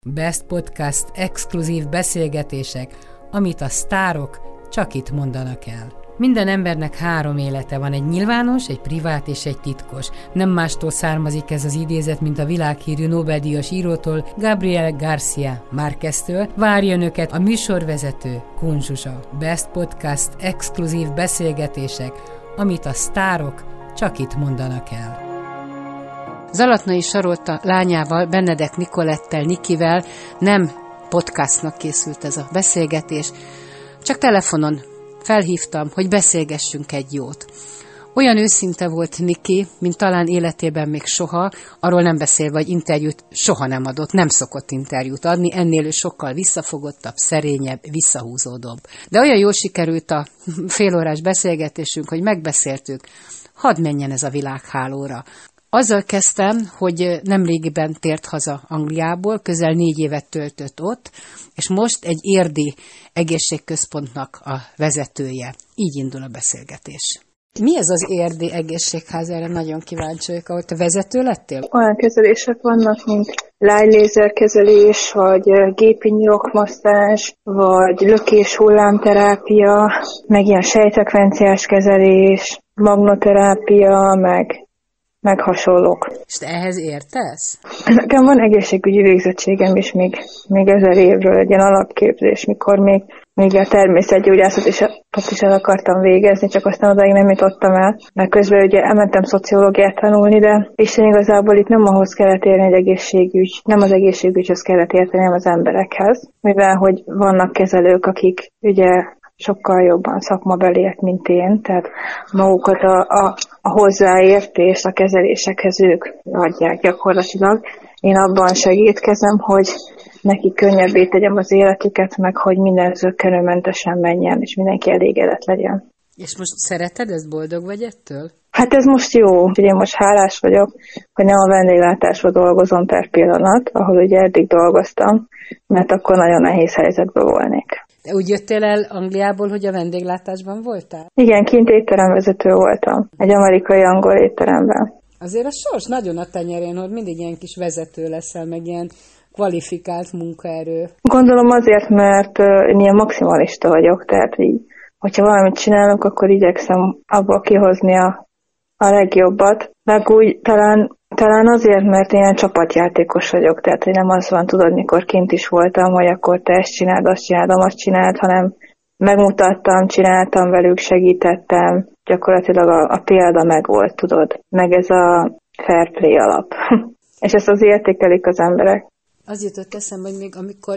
Best Podcast exkluzív beszélgetések, amit a sztárok csak itt mondanak el. Minden embernek 3 élete van, egy nyilvános, egy privát és egy titkos. Nem mástól származik ez az idézet, mint a világhírű Nobel-díjas írótól, Gabriel García Márqueztől. Várja önöket a műsorvezető, Kun Zsuzsa. Best Podcast exkluzív beszélgetések, amit a sztárok csak itt mondanak el. Zalatnai Sarolta lányával, Benedek Nicolettel, Nikivel nem podcastnak készült ez a beszélgetés, csak telefonon felhívtam, hogy beszélgessünk egy jót. Olyan őszinte volt Niki, mint talán életében még soha, arról nem beszélve, hogy interjút soha nem adott, nem szokott interjút adni, ennél ő sokkal visszafogottabb, szerényebb, visszahúzódóbb. De olyan jól sikerült a félórás beszélgetésünk, hogy megbeszéltük, hadd menjen ez a világhálóra. Azzal kezdtem, hogy nemrégiben tért haza Angliából, közel 4 évet töltött ott, és most egy érdi egészségközpontnak a vezetője. Így indul a beszélgetés. Mi ez az érdi egészségház? Erre nagyon kíváncsi vagyok, ahol te vezető lettél? Olyan kezelések vannak, mint lágylézerkezelés, vagy gépi nyirokmasszázs, vagy lökés hullámterápia, meg ilyen sejtfrekvenciás kezelés, magnoterápia, meg hasonlók. És te ehhez értesz? Nekem van egészségügyi végzettségem is még 1000 évről, egy ilyen alapképzés, mikor még a természetgyógyászatot is el akartam végezni, csak aztán odaig nem jutottam el, mert közben ugye elmentem szociológiát tanulni, de Isten igazából itt nem ahhoz kellett érni, hogy egészségügy, nem az egészségügyhöz kellett érteni, hanem az emberekhez, mivel hogy vannak kezelők, akik ugye sokkal jobban szakmabeliek, mint én, tehát magukat a hozzáértést a kezelésekhez ők adják gyakorlatilag. Én abban segítkezem, hogy nekik könnyebbé tegyem az életüket, meg hogy minden zökkenőmentesen menjen, és mindenki elégedett legyen. És most szereted ezt? Boldog vagy ettől? Hát ez most jó. Ugye most hálás vagyok, hogy nem a vendéglátásban dolgozom per pillanat, ahol ugye eddig dolgoztam, mert akkor nagyon nehéz helyzetben volnék. De úgy jöttél el Angliából, hogy a vendéglátásban voltál? Igen, kint étteremvezető voltam. Egy amerikai-angol étteremben. Azért a sors nagyon a tenyerén, hogy mindig ilyen kis vezető leszel, meg ilyen kvalifikált munkaerő. Gondolom azért, mert én ilyen maximalista vagyok, tehát így, hogyha valamit csinálok, akkor igyekszem abból kihozni a legjobbat. Meg úgy talán azért, mert én ilyen csapatjátékos vagyok, tehát hogy nem az van, tudod, mikor kint is voltam, hogy akkor te ezt csináld, azt csináld, hanem megmutattam, csináltam velük, segítettem, gyakorlatilag a példa megvolt, tudod, meg ez a fair play alap. És ezt az értékelik az emberek. Az jutott eszembe, hogy még amikor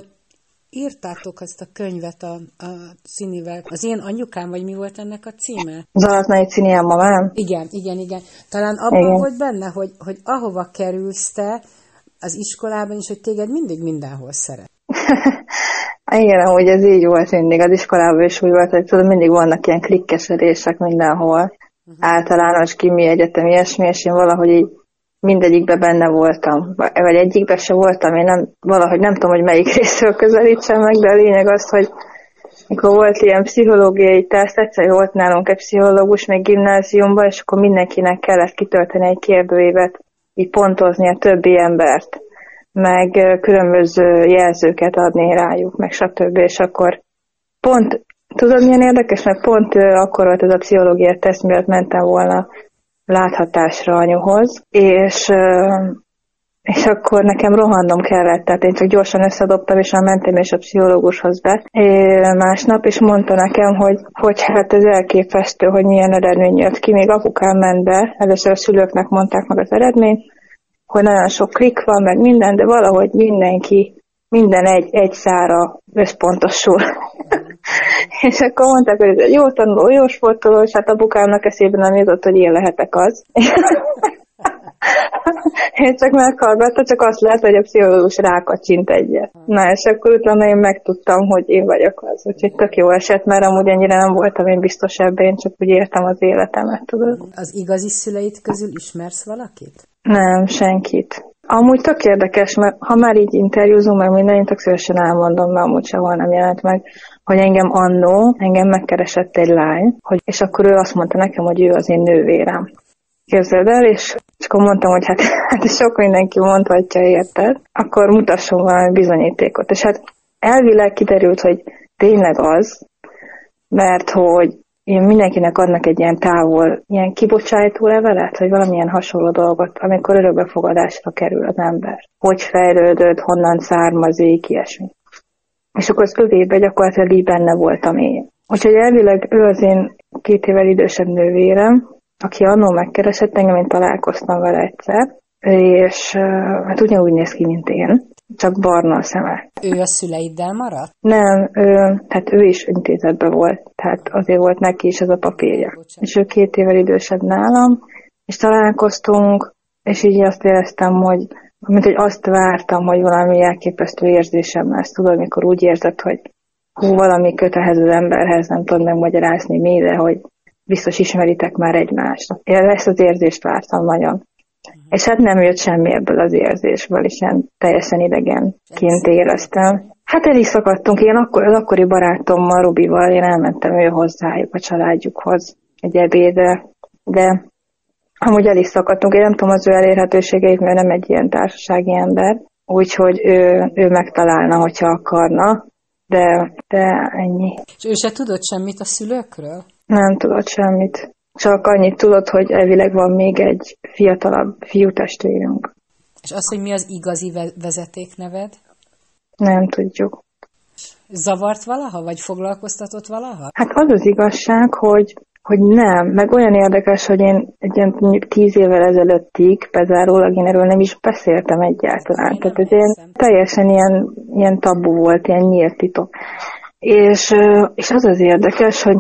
írtátok ezt a könyvet a Cinivel, az én anyukám, vagy mi volt ennek a címe? Zalatnai Cini mamám? Igen. Talán abban volt benne, hogy ahova kerülsz te az iskolában is, hogy téged mindig mindenhol szeret. Igen, amúgy ez így volt mindig. Az iskolában is úgy volt, hogy tudod, mindig vannak ilyen klikkesedések mindenhol. Általános, kimi, egyetem, ilyesmi, és én valahogy így mindegyikben benne voltam. Vagy egyikben se voltam, én valahogy nem tudom, hogy melyik részről közelítsem meg, de a lényeg az, hogy mikor volt ilyen pszichológiai teszt, egyszer volt nálunk egy pszichológus még gimnáziumban, és akkor mindenkinek kellett kitölteni egy kérdőívet, így pontozni a többi embert, meg különböző jelzőket adni rájuk, meg stb. És akkor pont, tudod milyen érdekes, mert pont akkor volt ez a pszichológiai teszt, miatt mentem volna láthatásra anyuhoz, és akkor nekem rohannom kellett, tehát én csak gyorsan összedobtam, és már mentem és a pszichológushoz be másnap, és mondta nekem, hogy hát ez elképesztő, hogy milyen eredmény jött ki, még apukám ment be, először a szülőknek mondták meg az eredményt, hogy nagyon sok klik van, meg minden, de valahogy minden egy szára összpontosul. És akkor mondták, hogy ez egy jó tanuló, jó sportoló, és hát apukámnak eszében nem jutott, hogy én lehetek az. Én csak meghallgatta, csak azt lehet, hogy a pszichológus rákacsint egyet. Na, és akkor utána én megtudtam, hogy én vagyok az. Úgyhogy tök jó esett, mert amúgy ennyire nem voltam én biztos ebben, én csak úgy éltem az életemet, tudod. Az igazi szüleid közül ismersz valakit? Nem, senkit. Amúgy tök érdekes, mert ha már így interjúzunk meg minden, én tök szívesen elmondom, mert amúgy sehol nem jelent meg, hogy engem megkeresett egy lány, és akkor ő azt mondta nekem, hogy ő az én nővérem. Képzeld el, és És akkor mondtam, hogy hát sok mindenki mondhatja, érted? Akkor mutasson valami bizonyítékot. És hát elvileg kiderült, hogy tényleg az, mert hogy mindenkinek adnak egy ilyen ilyen kibocsájtó levelet, vagy valamilyen hasonló dolgot, amikor örökbefogadásra kerül az ember. Hogy fejlődött, honnan származik, ilyesmi. És akkor az övébe gyakorlatilag így benne voltam én. Úgyhogy elvileg ő az én 2 évvel idősebb nővérem, aki annól megkeresett engem, én találkoztam vele egyszer, és hát ugyanúgy néz ki, mint én, csak barna a szeme. Ő a szüleiddel maradt? Nem, ő is intézetben volt, tehát azért volt neki is ez a papírja. És ő 2 évvel idősebb nálam, és találkoztunk, és így azt éreztem, hogy azt vártam, hogy valami elképesztő érzésem lesz, tudod, amikor úgy érzed, hogy valami köt ehhez az emberhez, nem tudom megmagyarázni mi, de hogy biztos ismeritek már egymást. Én ezt az érzést vártam nagyon. És hát nem jött semmi ebből az érzésből, és ilyen teljesen idegenként éreztem. Hát el is szakadtunk, az akkori barátommal, Robival, én elmentem ő hozzájuk, a családjukhoz egy ebédre, de amúgy el is szakadtunk, én nem tudom az ő elérhetőségeit, mert nem egy ilyen társasági ember, úgyhogy ő megtalálna, hogyha akarna, de ennyi. És ő se tudott semmit a szülőkről? Nem tudott semmit. Csak annyit tudott, hogy elvileg van még egy fiatalabb fiútestvérünk. És az, hogy mi az igazi vezetékneved? Nem tudjuk. Zavart valaha, vagy foglalkoztatott valaha? Hát az az igazság, hogy nem. Meg olyan érdekes, hogy én egy ilyen 10 évvel ezelőttig bezárólag én erről nem is beszéltem egyáltalán. Tehát ez teljesen ilyen tabu volt, ilyen nyílt titok. És az az érdekes, hogy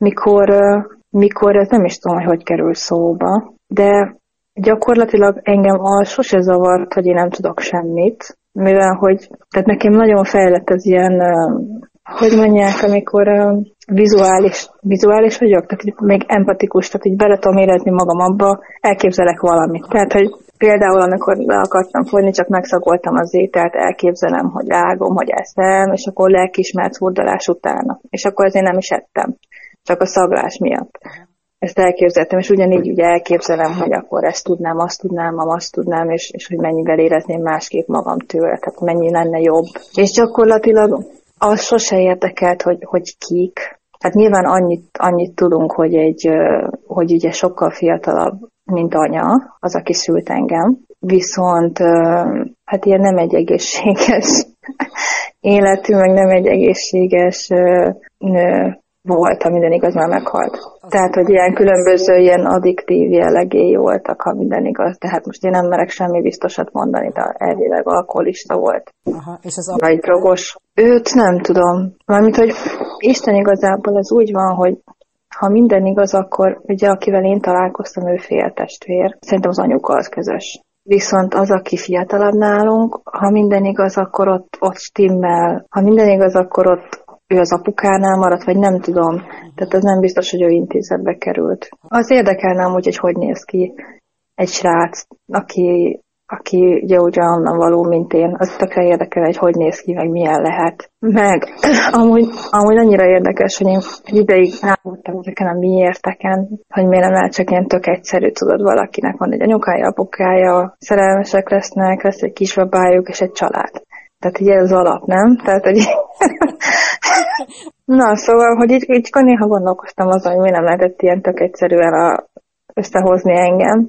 mikor ez nem is tudom, hogy kerül szóba, de gyakorlatilag engem az sose zavart, hogy én nem tudok semmit, mivel hogy, tehát nekem nagyon fejlett az ilyen, hogy mondják, amikor vizuális vagyok, tehát még empatikus, tehát így bele tudom érezni magam abba, elképzelek valamit. Tehát, hogy például, amikor le akartam fogyni, csak megszagoltam az ételt, elképzelem, hogy rágom, hogy eszem, és akkor lelkiismert furdalás utána. És akkor ezért nem is ettem. Csak a szaglás miatt. Ezt elképzeltem, és ugyanígy ugye elképzelem, hogy akkor ezt tudnám, azt tudnám, és hogy mennyivel érezném másképp magam tőle, tehát mennyi lenne jobb. És gyakorlatilag az sose érdekelt, hogy kik. Tehát nyilván annyit tudunk, hogy ugye sokkal fiatalabb, mint anya, az, aki szült engem. Viszont hát ilyen nem egy egészséges életű, meg nem egy egészséges volt, ha minden igaz, már meghalt. Tehát, hogy ilyen különböző, ilyen addiktív jellegéi voltak, ha minden igaz. Tehát most én nem merek semmi biztosat mondani, de elvileg alkoholista volt. Aha, és az vagy drogos. Őt nem tudom. Mármint, hogy Isten igazából az úgy van, hogy ha minden igaz, akkor ugye akivel én találkoztam, ő féltestvér. Szerintem az anyuka az közös. Viszont az, aki fiatalabb nálunk, ha minden igaz, akkor ott stimmel. Ha minden igaz, akkor ott ő az apukánál maradt, vagy nem tudom. Tehát az nem biztos, hogy ő intézetbe került. Az érdekelne amúgy, hogy néz ki egy srác, aki ugye onnan való, mint én. Az tökre érdekel, hogy néz ki, meg milyen lehet. Meg amúgy annyira érdekes, hogy én egy ideig rávoltam ezeken a miérteken, hogy miért nem lehet csak ilyen tök egyszerű, tudod, valakinek van egy anyukája, apukája, szerelmesek lesznek, lesz egy kisbabájuk és egy család. Tehát így ez az alap, nem? Tehát, hogy... Na, szóval, hogy így néha gondolkoztam azon, hogy mi nem lehetett ilyen tök egyszerűen összehozni engem.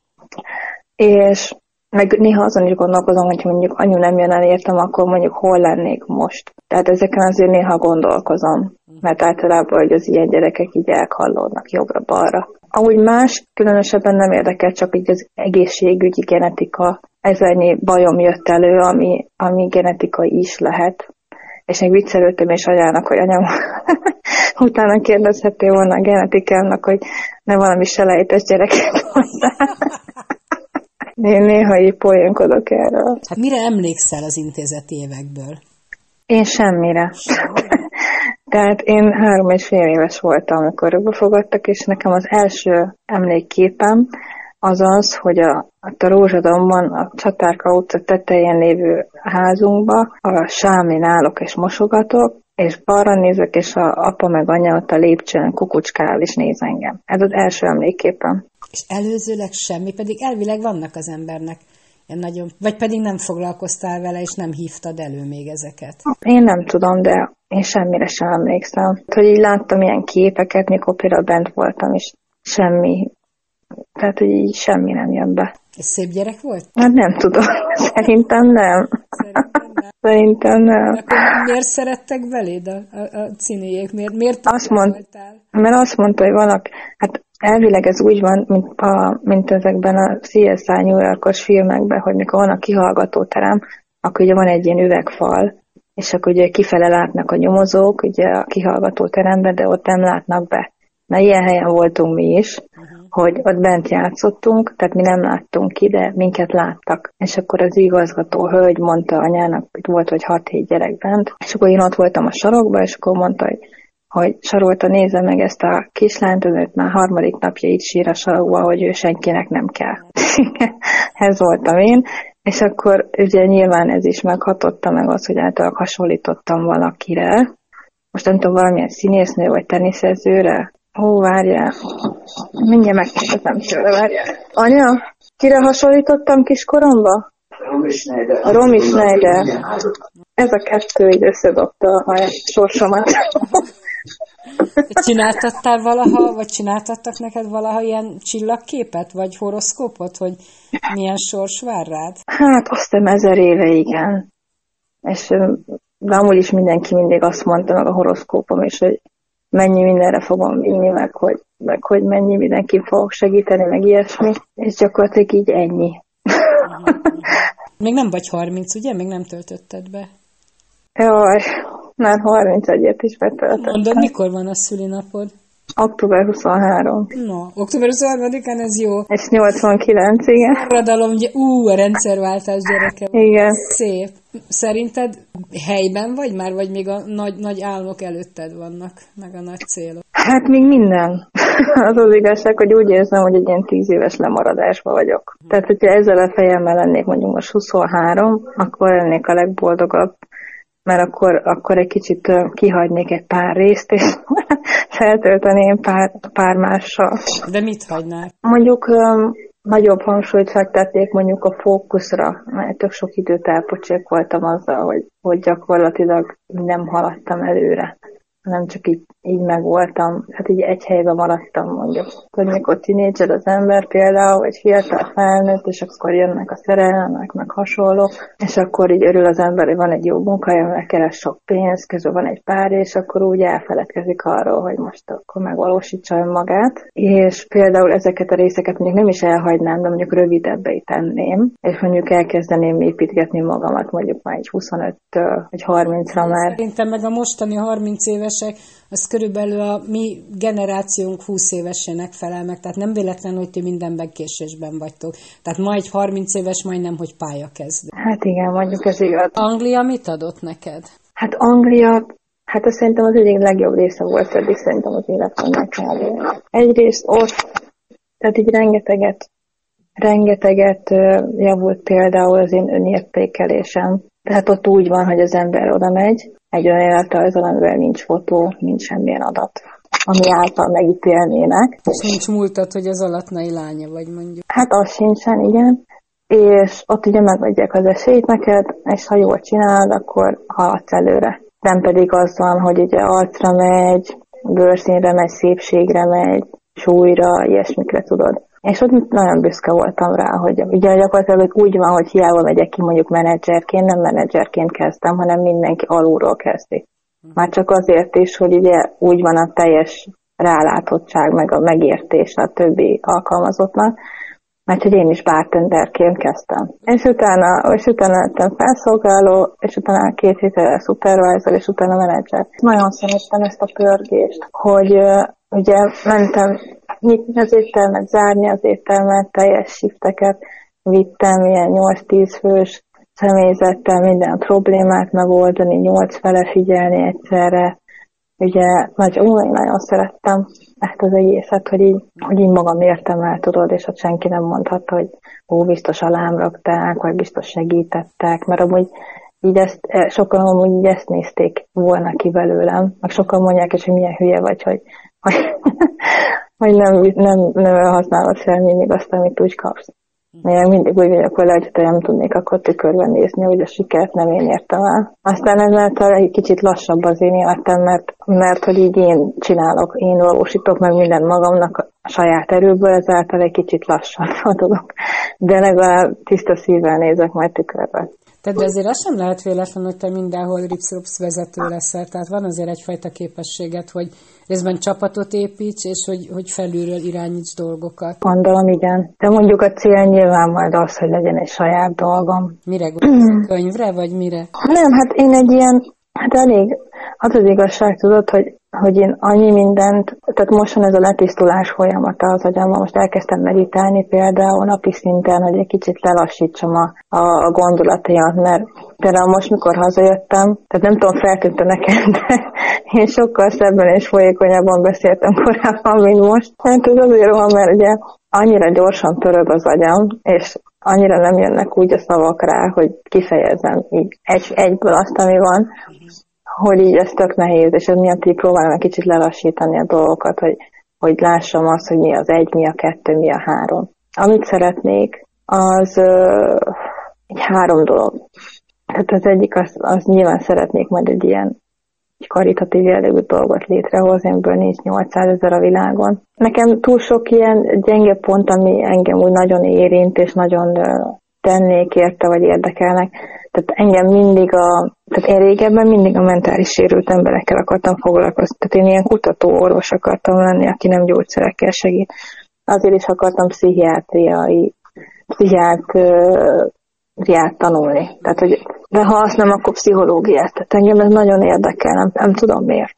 És meg néha azon is gondolkozom, hogy mondjuk anyu nem jön el értem, akkor mondjuk hol lennék most. Tehát ezeken azért néha gondolkozom. Mert általában, hogy az ilyen gyerekek így elkallódnak jobbra-balra. Ahogy más, különösebben nem érdekel, csak így az egészségügyi genetika. Ezernyi bajom jött elő, ami genetikai is lehet. És még viccelődtem és anyának, hogy anyám utána kérdezhettél volna a genetikámnak, hogy ne valami selejtes gyereket hozzá. Én néha így poénkodok erről. Hát mire emlékszel az intézeti évekből? Én semmire. Tehát én 3,5 éves voltam, amikor örökbefogadtak, és nekem az első emlékképem az az, hogy a Rózsadomban, a Csatárka utca tetején lévő házunkba a sámlin állok és mosogatok, és balra nézek, és a apa meg anya ott a lépcsőn kukucskál és néz engem. Ez az első emlékképem. És előzőleg semmi, pedig elvileg vannak az embernek ilyen nagyon, vagy pedig nem foglalkoztál vele, és nem hívtad elő még ezeket. Én nem tudom, de én semmire sem emlékszem. Hogy így láttam ilyen képeket, mikor például bent voltam, és semmi. Tehát, hogy így semmi nem jön be. És szép gyerek volt? Hát nem tudom. Szerintem nem. Szerintem nem. Akkor miért szerettek beléd a cinéjék? Miért voltál? Mert azt mondta, hogy vannak, hát elvileg ez úgy van, mint ezekben a CSI New Yorkos filmekben, hogy mikor van a kihallgatóterem, akkor ugye van egy ilyen üvegfal, és akkor ugye kifele látnak a nyomozók ugye a kihallgatóteremben, de ott nem látnak be. Na, ilyen helyen voltunk mi is, hogy ott bent játszottunk, tehát mi nem láttunk ki, de minket láttak. És akkor az igazgató hölgy mondta anyának, hogy volt, hogy 6-7 gyerek bent, és akkor én ott voltam a sarokban, és akkor mondta, hogy Sarolta, nézze meg ezt a kislányt, azért már 3. napja itt sír a sarokba, hogy ő senkinek nem kell. Ez voltam én. És akkor ugye nyilván ez is meghatotta meg az, hogy általában hasonlítottam valakire. Most nem tudom, valamilyen színésznő vagy teniszezőre. Ó, várjál. Mindjárt megkérdezem tőle, várjál. Anya, kire hasonlítottam kiskoromba? A Romy Schneider. Ez a kettő így összedobta a sorsomat. Csináltattál valaha, vagy csináltattak neked valaha ilyen csillagképet, vagy horoszkópot, hogy milyen sors vár rád? Hát azt hiszem 1000 éve, igen. És de amúgy is mindenki mindig azt mondta meg a horoszkópom is, hogy mennyi mindenre fogom vinni, meg hogy mennyi mindenki fogok segíteni, meg ilyesmi. És gyakorlatilag így ennyi. Még nem vagy 30, ugye? Még nem töltötted be? Jaj, már 31-et is betöltöttem. Mondod, mikor van a szülinapod? Október 23. No, október 23-án ez jó. És 89, igen. Forradalom, a rendszerváltás gyereke. Igen. Szép. Szerinted helyben vagy már, vagy még a nagy álmok előtted vannak, meg a nagy célok? Hát még minden. Az igazság, hogy úgy érzem, hogy egy ilyen 10 éves lemaradásban vagyok. Tehát, hogyha ezzel a fejemmel lennék mondjuk most 23, akkor lennék a legboldogabb, mert akkor egy kicsit kihagynék egy pár részt, és feltölteném pár mással. De mit hagynál? Mondjuk nagyobb hangsúlyt fektették mondjuk a fókuszra, mert tök sok időt elpocsékoltam azzal, hogy gyakorlatilag nem haladtam előre, hanem csak így megvoltam, hát így egy helyben maradtam mondjuk. Hogy mikor tínédzser az ember például, vagy fiatal felnőtt, és akkor jönnek a szerelmek, meg hasonló, és akkor így örül az ember, hogy van egy jó munkája, mert keres sok pénz, közben van egy pár, és akkor úgy elfeledkezik arról, hogy most akkor megvalósítsa önmagát. És például ezeket a részeket mondjuk nem is elhagynám, de mondjuk rövidebbé tenném, és mondjuk elkezdeném építgetni magamat mondjuk már egy 25-től, vagy 30-ra már. Szerintem meg a mostani 30 éves az körülbelül a mi generációnk 20 évesének felel meg, tehát nem véletlen, hogy ti mindenben késésben vagytok. Tehát ma egy 30 éves majdnem, hogy pályakezdő. Hát igen, mondjuk ez igaz. Anglia mit adott neked? Hát Anglia, hát azt szerintem az egyik legjobb része volt eddig szerintem az életemnek kb. Egyrészt ott, tehát így rengeteget javult például az én önértékelésem. Tehát ott úgy van, hogy az ember oda megy, egy olyan életrajzol, amivel nincs fotó, nincs semmilyen adat, ami által megítélnének. És nincs múltad, hogy az alatnai lánya vagy mondjuk. Hát az sincsen, igen. És ott ugye megadják az esélyt neked, és ha jól csinálod, akkor haladsz előre. Nem pedig az van, hogy ugye arcra megy, bőrszínre megy, szépségre megy, súlyra, ilyesmikre tudod. És ott nagyon büszke voltam rá, hogy ugye gyakorlatilag úgy van, hogy hiába megyek ki mondjuk menedzserként, nem menedzserként kezdtem, hanem mindenki alulról kezdi. Már csak azért is, hogy ugye úgy van a teljes rálátottság, meg a megértés a többi alkalmazottnak, mert hogy én is bartenderként kezdtem. És utána lettem felszolgáló, és utána 2 hétre supervisor, és utána menedzser. Nagyon szerettem ezt a pörgést, hogy ugye mentem nyitni az éttermet, zárni az éttermet, teljes shifteket vittem, ilyen 8-10 fős személyzettel minden problémát megoldani, 8 fele figyelni egyszerre. Ugye nagyon szerettem ezt az egészet, hogy így magam értem el, tudod, és ott senki nem mondhatta, hogy biztos alám rakták, vagy biztos segítettek, mert amúgy sokan amúgy így ezt nézték volna ki belőlem, meg sokan mondják is, hogy milyen hülye vagy, hogy hogy nem használod fel mindig azt, amit úgy kapsz. Én mindig úgy vagyok vele, hogy ha nem tudnék akkor tükörben nézni, hogy a sikert nem én értem el. Aztán ezáltal egy kicsit lassabb az én életem, mert hogy így én csinálok, én valósítok meg mindent magamnak a saját erőből, ezáltal egy kicsit lassabb a dolog. De legalább tiszta szívvel nézek majd tükörbe. Tehát de azért az sem lehet véletlen, hogy te mindenhol Ripsrops vezető leszel. Tehát van azért egyfajta képességet, hogy részben csapatot építs, és hogy felülről irányíts dolgokat. Gondolom, igen. De mondjuk a cél nyilván majd az, hogy legyen egy saját dolgom. Mire gondolsz? Könyvre, vagy mire? Nem, hát én egy ilyen, elég, az igazság, tudod, hogy én annyi mindent, tehát most van ez a letisztulás folyamata az agyamban, most elkezdtem meditálni például napi szinten, hogy egy kicsit lelassítsam a gondolataimat, mert például most, mikor hazajöttem, tehát nem tudom, feltűnt neked, de én sokkal szebben és folyékonyabban beszéltem korábban, mint most. Hát ez azért van, mert ugye annyira gyorsan töröd az agyam, és annyira nem jönnek úgy a szavak rá, hogy kifejezzem így egyből azt, ami van, hogy így ez tök nehéz, és ez miatt így próbálom egy kicsit lelassítani a dolgokat, hogy lássam azt, hogy mi az 1, mi a 2, mi a 3. Amit szeretnék, az egy 3 dolog. Tehát az egyik, az nyilván szeretnék majd egy ilyen karitatív jellegű dolgot létrehozni, amiből nincs 800 000 a világon. Nekem túl sok ilyen gyenge pont, ami engem úgy nagyon érint, és nagyon tennék érte, vagy érdekelnek. Tehát engem tehát én régebben mindig a mentális sérült emberekkel akartam foglalkozni. Tehát én ilyen kutató orvos akartam lenni, aki nem gyógyszerekkel segít. Azért is akartam pszichiátriát tanulni. Tehát, de ha azt nem, akkor pszichológiát. Tehát engem ez nagyon érdekel, nem tudom miért.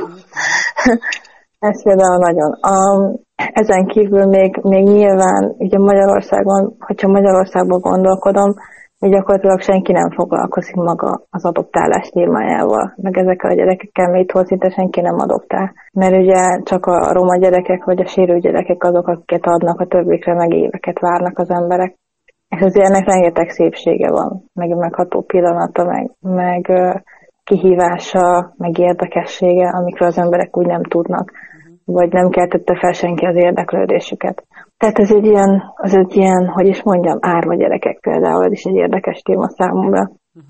Ez például nagyon. Ezen kívül még nyilván, ugye Magyarországon, hogyha Magyarországban gondolkodom, gyakorlatilag senki nem foglalkozik maga az adoptálás témájával, meg ezekkel a gyerekekkel, mert itthon szinte senki nem adoptál. Mert ugye csak a roma gyerekek vagy a sérült gyerekek azok, akiket adnak, a többikre meg éveket várnak az emberek. És azért ennek rengeteg szépsége van, meg megható pillanata, meg kihívása, meg érdekessége, amikről az emberek úgy nem tudnak, vagy nem keltette fel senki az érdeklődésüket. Tehát ez egy ilyen, hogy is mondjam, árva gyerekek például, ez is egy érdekes téma számomra.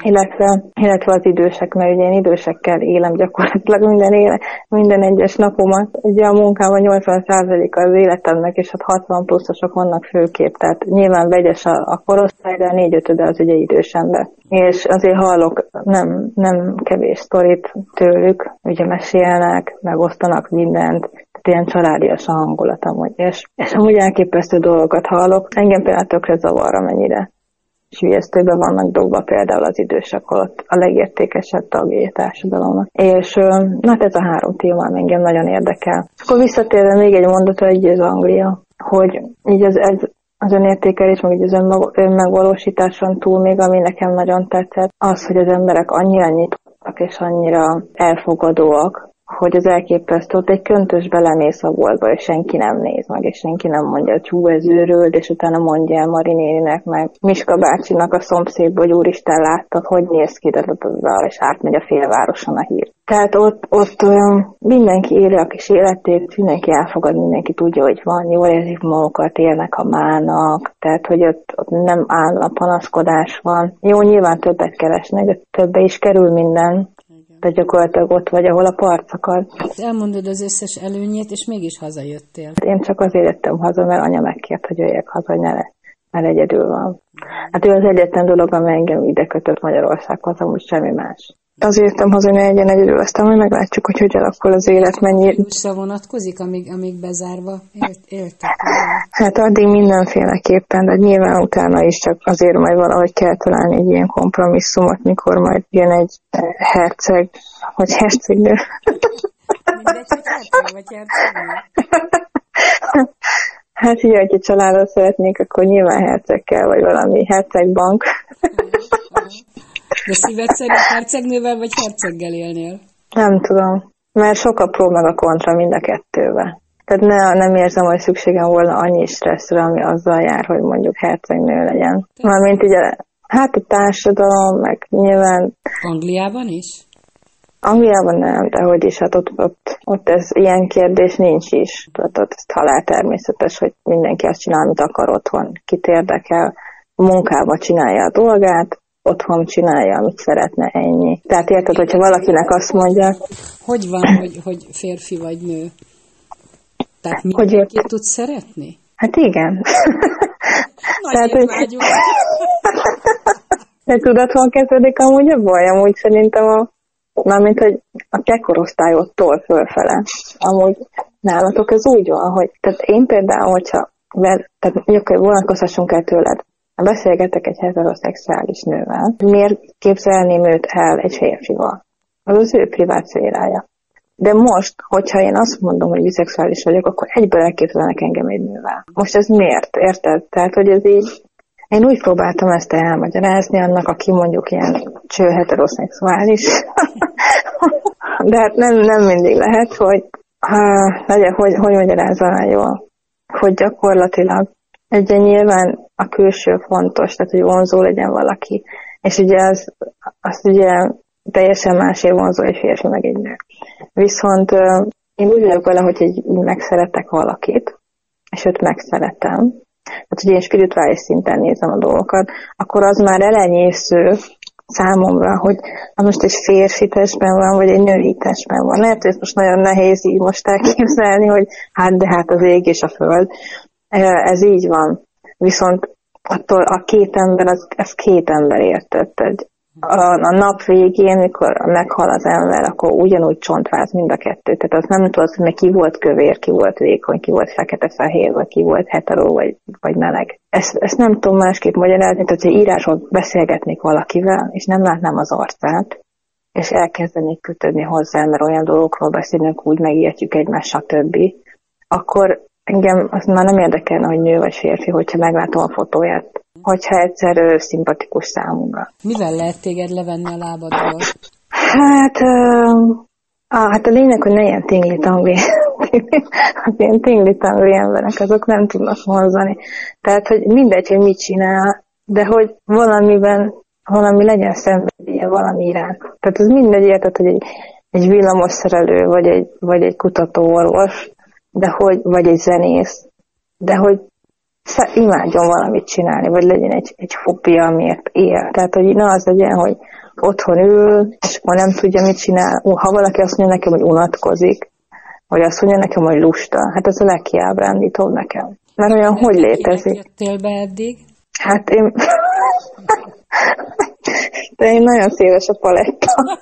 Illetve az idősek, mert ugye én idősekkel élem gyakorlatilag minden egyes napomat. Ugye a munkában 80%-a az életemnek, és hát 60 pluszosok vannak főképp, tehát nyilván vegyes a korosztály, de a 4/5 az ugye idős ember. És azért hallok nem kevés sztorit tőlük, ugye mesélnek, megosztanak mindent, tehát ilyen családias a hangulat amúgy, és amúgy elképesztő dolgokat hallok. Engem például tökre zavar, amennyire sülyeztőben vannak dobva például az idősek, ott a legértékesebb tagjai a társadalomnak. És hát ez a 3 téma engem nagyon érdekel. Akkor visszatérve még egy mondatra, így az Anglia, hogy így az önértékelés, meg így az önmegvalósításon túl még, ami nekem nagyon tetszett, az, hogy az emberek annyira nyitottak és annyira elfogadóak, hogy az elképesztő, ott egy köntös belemész a boltba, és senki nem néz meg, és senki nem mondja, hogy hú, ez őröld, és utána mondja el Mari néninek, meg Miska bácsinak a szomszédból, hogy úristen, láttad, hogy néz ki, és átmegy a félvároson a hír. Tehát ott olyan mindenki éli a kis életét, mindenki elfogad, mindenki tudja, hogy van, jól érzik magukat, élnek a mának, tehát hogy ott nem áll a panaszkodás van. Jó, nyilván többet keresnek, de többe is kerül minden. De gyakorlatilag ott vagy, ahol a part akar. Elmondod az összes előnyét, és mégis hazajöttél. Én csak azért jöttem haza, mert anya megkért, hogy jöjjek haza, hogy mert egyedül van. Hát ő az egyetlen dolog, ami engem ide kötött Magyarországhoz, amúgy semmi más. Azért jöttem haza, hogy ne legyen egyedül, aztán majd meglátjuk, hogy alakul az élet, mennyi... Visszavonatkozik, amíg bezárva éltek? Hát addig mindenféleképpen, de nyilván utána is csak azért majd valahogy kell találni egy ilyen kompromisszumot, mikor majd jön egy herceg, vagy hercegnő. Mindegy, hogy herceg vagy hercegnő? Hát ugye, hogyha családot szeretnék, akkor nyilván herceg kell, vagy valami hercegbank. De szíved szerint hercegnővel vagy herceggel élnél? Nem tudom, mert sok a pró meg a kontra mind a kettőben. Tehát nem érzem, hogy szükségem volna annyi stresszre, ami azzal jár, hogy mondjuk hercegnő legyen. Mármint ugye, hát a társadalom, meg nyilván... Angliában is? Angliában nem, de hogy is, hát ott ez ilyen kérdés nincs is. Tehát ott ez halál természetes, hogy mindenki azt csinál, amit akar otthon. Kit érdekel, munkába csinálja a dolgát, otthon csinálja, amit szeretne, ennyi. Tehát érted, hogyha valakinek azt mondja... Hogy van, hogy férfi vagy nő? Tehát mindenkit tudsz szeretni? Hát igen. Nagy évágyú. De tudod, hol kezdődik amúgy a baj? Amúgy szerintem mármint, hogy a te korosztályottól fölfele. Amúgy nálatok ez úgy van, hogy tehát én például, hogyha tehát mondjuk, hogy vonatkozhassunk el tőled, beszélgetek egy heteroszexuális nővel, miért képzelném őt el egy férfival? Az az ő privát szférája. De most, hogyha én azt mondom, hogy biszexuális vagyok, akkor egyből elképzelnek engem egy nővel. Most ez miért? Érted? Tehát, hogy ez így... Én úgy próbáltam ezt elmagyarázni annak, aki mondjuk ilyen cső heteroszexuális. De hát nem mindig lehet, hogy hogy magyarázzal jól. Hogy gyakorlatilag ugye nyilván a külső fontos, tehát hogy vonzó legyen valaki. És ugye az ugye teljesen másért vonzó egy férfi meg egy nő. Viszont én úgy vagyok vele, hogy így megszeretek valakit, és őt megszeretem, tehát, hogy én spirituális szinten nézem a dolgokat, akkor az már elenyésző számomra, hogy most egy férfi testben van, vagy egy női testben van. Lehet, hogy ez most nagyon nehéz így most elképzelni, hogy hát az ég és a föld. Ez így van. Viszont attól a két ember, ez két ember érted. A nap végén, mikor meghal az ember, akkor ugyanúgy csontváz mind a kettő. Tehát azt nem tudod, hogy ki volt kövér, ki volt vékony, ki volt fekete-fehér, vagy ki volt hetero, vagy meleg. Ezt nem tudom másképp magyarázni, tehát hogy írásban beszélgetnék valakivel, és nem látnám az arcát, és elkezdenék kötődni hozzá, mert olyan dolgokról beszélünk, úgy megértjük egymást, stb. Akkor engem az már nem érdekelne, hogy nő vagy férfi, hogyha meglátom a fotóját. Hogyha egyszer szimpatikus számomra. Mivel lehet téged levenni a lábadról? Hát a lényeg, hogy ne ilyen tingli-tangli. Hát ilyen tingli-tangli emberek, azok nem tudnak vonzani. Tehát, hogy mindegy, hogy mit csinál, de hogy valami legyen szenvedélye valami iránt. Tehát ez mindegy, érted, hogy egy villamosszerelő, vagy egy kutatóorvos, vagy egy zenész, de hogy imádjon valamit csinálni, vagy legyen egy hobbija, amiért él. Tehát, hogy ne az legyen, hogy otthon ül, és akkor nem tudja, mit csinál. Ha valaki azt mondja nekem, hogy unatkozik, vagy azt mondja nekem, hogy lusta, hát ez a legkiábrándítóbb nekem. Mert olyan, hogy létezik. Jöttél be eddig? Hát én... De én nagyon széles a paletta.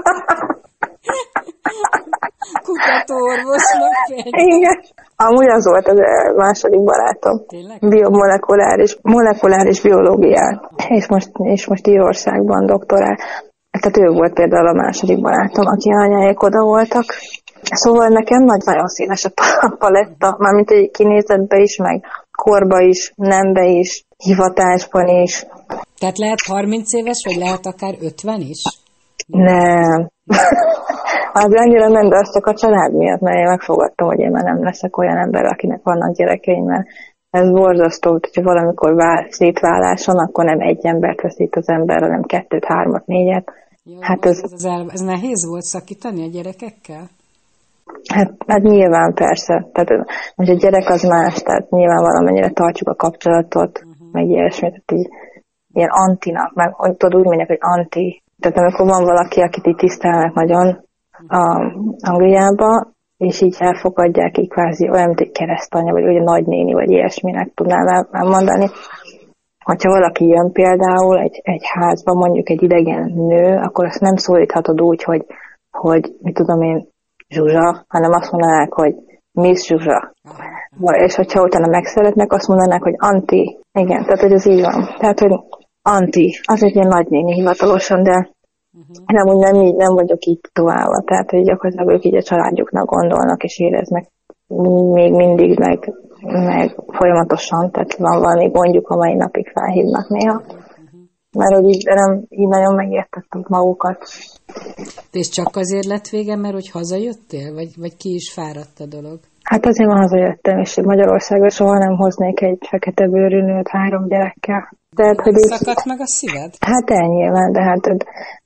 Kutatóorvosnak pedig. Igen. Amúgy az volt az második barátom. Tényleg? Molekuláris biológiát. És most Írországban doktorál. Tehát ő volt például a második barátom, aki anyáék oda voltak. Szóval nekem nagyon színes a paletta, mármint egy kinézetbe is, meg korba is, nembe is, hivatásban is. Tehát lehet 30 éves, vagy lehet akár 50 is? Nem. Az annyira nem, de azt csak a család miatt, mert én megfogadtam, hogy én már nem leszek olyan ember, akinek vannak gyerekeim, mert ez borzasztó, hogyha valamikor szétváláson, akkor nem egy embert veszít az ember, hanem 2, 3, 4. Jó, hát ez nehéz volt szakítani a gyerekekkel? Hát nyilván persze. Tehát, hogy a gyerek az más, tehát nyilván valamennyire tartjuk a kapcsolatot, meg ilyesmit, tehát így, ilyen antinak, meg tudod úgy mondják, hogy anti. Tehát amikor van valaki, akit így tisztelnek nagyon Angliában, és így elfogadják, így kvázi olyan, mint egy keresztanya, vagy egy nagynéni, vagy ilyesminek tudnám elmondani. Hogyha valaki jön például egy házba, mondjuk egy idegen nő, akkor azt nem szólíthatod úgy, hogy mit tudom én, Zsuzsa, hanem azt mondanák, hogy Miss Zsuzsa. És hogyha utána megszeretnek, azt mondanák, hogy Anti. Igen, tehát hogy ez így van. Tehát, hogy Anti, az egy ilyen nagynéni hivatalosan, de nem vagyok így tovább. Tehát, hogy gyakorlatilag ők így a családjuknak gondolnak, és éreznek még mindig, meg folyamatosan, tehát van valami gondjuk, a mai napig felhívnak néha. Mert hogy így nagyon megértették magukat. És csak azért lett vége, mert hogy hazajöttél? Vagy ki is fáradt a dolog? Hát azért már hazajöttem, és Magyarországra soha nem hoznék egy fekete bőrű nőt 3 gyerekkel. Tehát, hogy szakadt meg a szíved? Hát elnyilván, de hát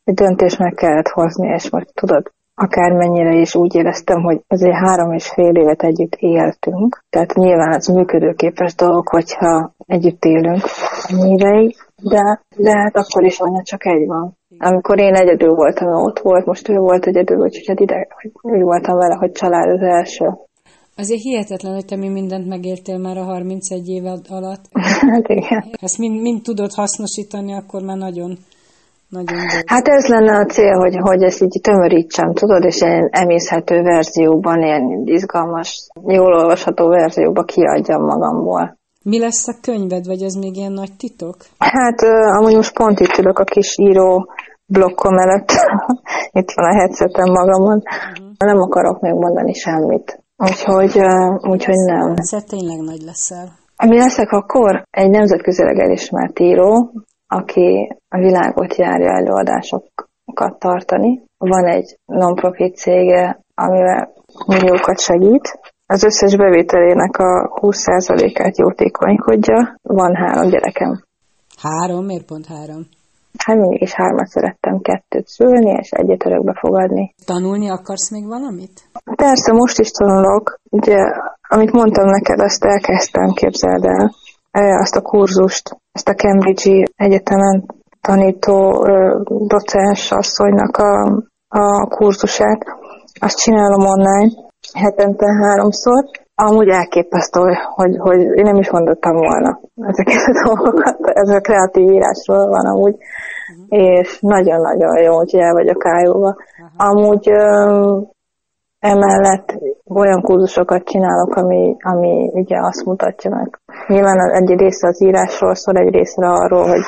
egy döntést meg kellett hozni, és most tudod, akármennyire is úgy éreztem, hogy azért 3,5 évet együtt éltünk, tehát nyilván ez működőképes dolog, hogyha együtt élünk ennyi ideig, de hát akkor is anya csak egy van. Amikor én egyedül voltam, ott volt, most ő volt egyedül, úgyhogy hát ide, úgy voltam vele, hogy család az első. Azért hihetetlen, hogy te mi mindent megéltél már a 31 év alatt. Hát igen. Ezt mind tudod hasznosítani, akkor már nagyon bőt. Hát ez lenne a cél, hogy ezt így tömörítsem, tudod, és ilyen emészhető verzióban, ilyen izgalmas, jól olvasható verzióban kiadjam magamból. Mi lesz a könyved, vagy ez még ilyen nagy titok? Hát amúgy most pont itt ülök a kis író blokkom előtt. Itt van a headsetem magamon. Nem akarok még mondani semmit. Úgyhogy nem. Egyszer tényleg nagy leszel. Mi leszek akkor? Egy nemzetközileg elismert író, aki a világot járja előadásokat tartani. Van egy non-profit cége, amivel milliókat segít. Az összes bevételének a 20%-át jótékonykodja. Van 3 gyerekem. 3? Miért pont 3? Hát mindig is 3-at szerettem, 2 szülni, és 1 örökbe fogadni. Tanulni akarsz még valamit? Persze, most is tanulok. Ugye, amit mondtam neked, azt elkezdtem, képzeld el. Azt a kurzust, ezt a Cambridge-i egyetemen tanító docens asszonynak a kurzusát. Azt csinálom online, hetente 3-szor. Amúgy elképesztő, hogy én nem is gondoltam volna ezeket a dolgokat. Ez a kreatív írásról van amúgy, és nagyon-nagyon jó, hogy el vagyok ájulva. Amúgy emellett olyan kurzusokat csinálok, ami ugye azt mutatja meg. Nyilván egy része az írásról szól, egy része arról, hogy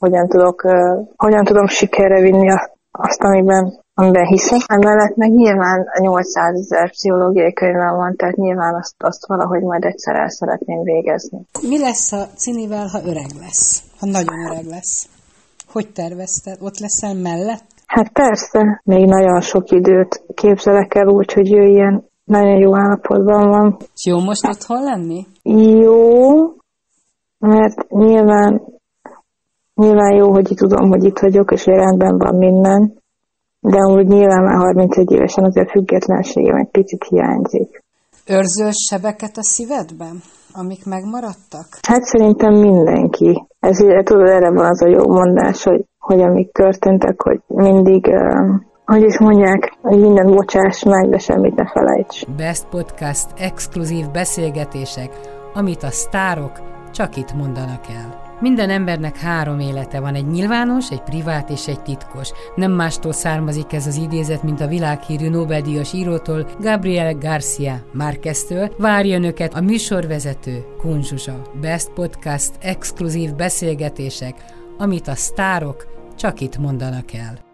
hogyan tudom sikerre vinni azt, amiben hiszek. Emellett meg nyilván 800 000 pszichológiai könyvem van, tehát nyilván azt valahogy majd egyszer el szeretném végezni. Mi lesz a Cinivel, ha öreg lesz? Ha nagyon öreg lesz? Hogy tervezted? Ott leszel mellett? Hát persze, még nagyon sok időt képzelek el úgy, hogy ő ilyen nagyon jó állapotban van. Jó most otthon lenni? Jó, mert nyilván jó, hogy tudom, hogy itt vagyok, és hogy rendben van minden, de amúgy nyilván már 31 évesen azért függetlenségem egy picit hiányzik. Őrzöl sebeket a szívedben, amik megmaradtak? Hát szerintem mindenki. Tudod, erre van az a jó mondás, hogy amik történtek, hogy mindig, hogy is mondják, hogy minden bocsáss meg, de semmit ne felejts. Best Podcast exkluzív beszélgetések, amit a sztárok csak itt mondanak el. Minden embernek 3 élete van, egy nyilvános, egy privát és egy titkos. Nem mástól származik ez az idézet, mint a világhírű Nobel-díjas írótól, Gabriel García Márqueztől. Várja önöket a műsorvezető, Kun Zsuzsa. Best Podcast exkluzív beszélgetések, amit a sztárok csak itt mondanak el.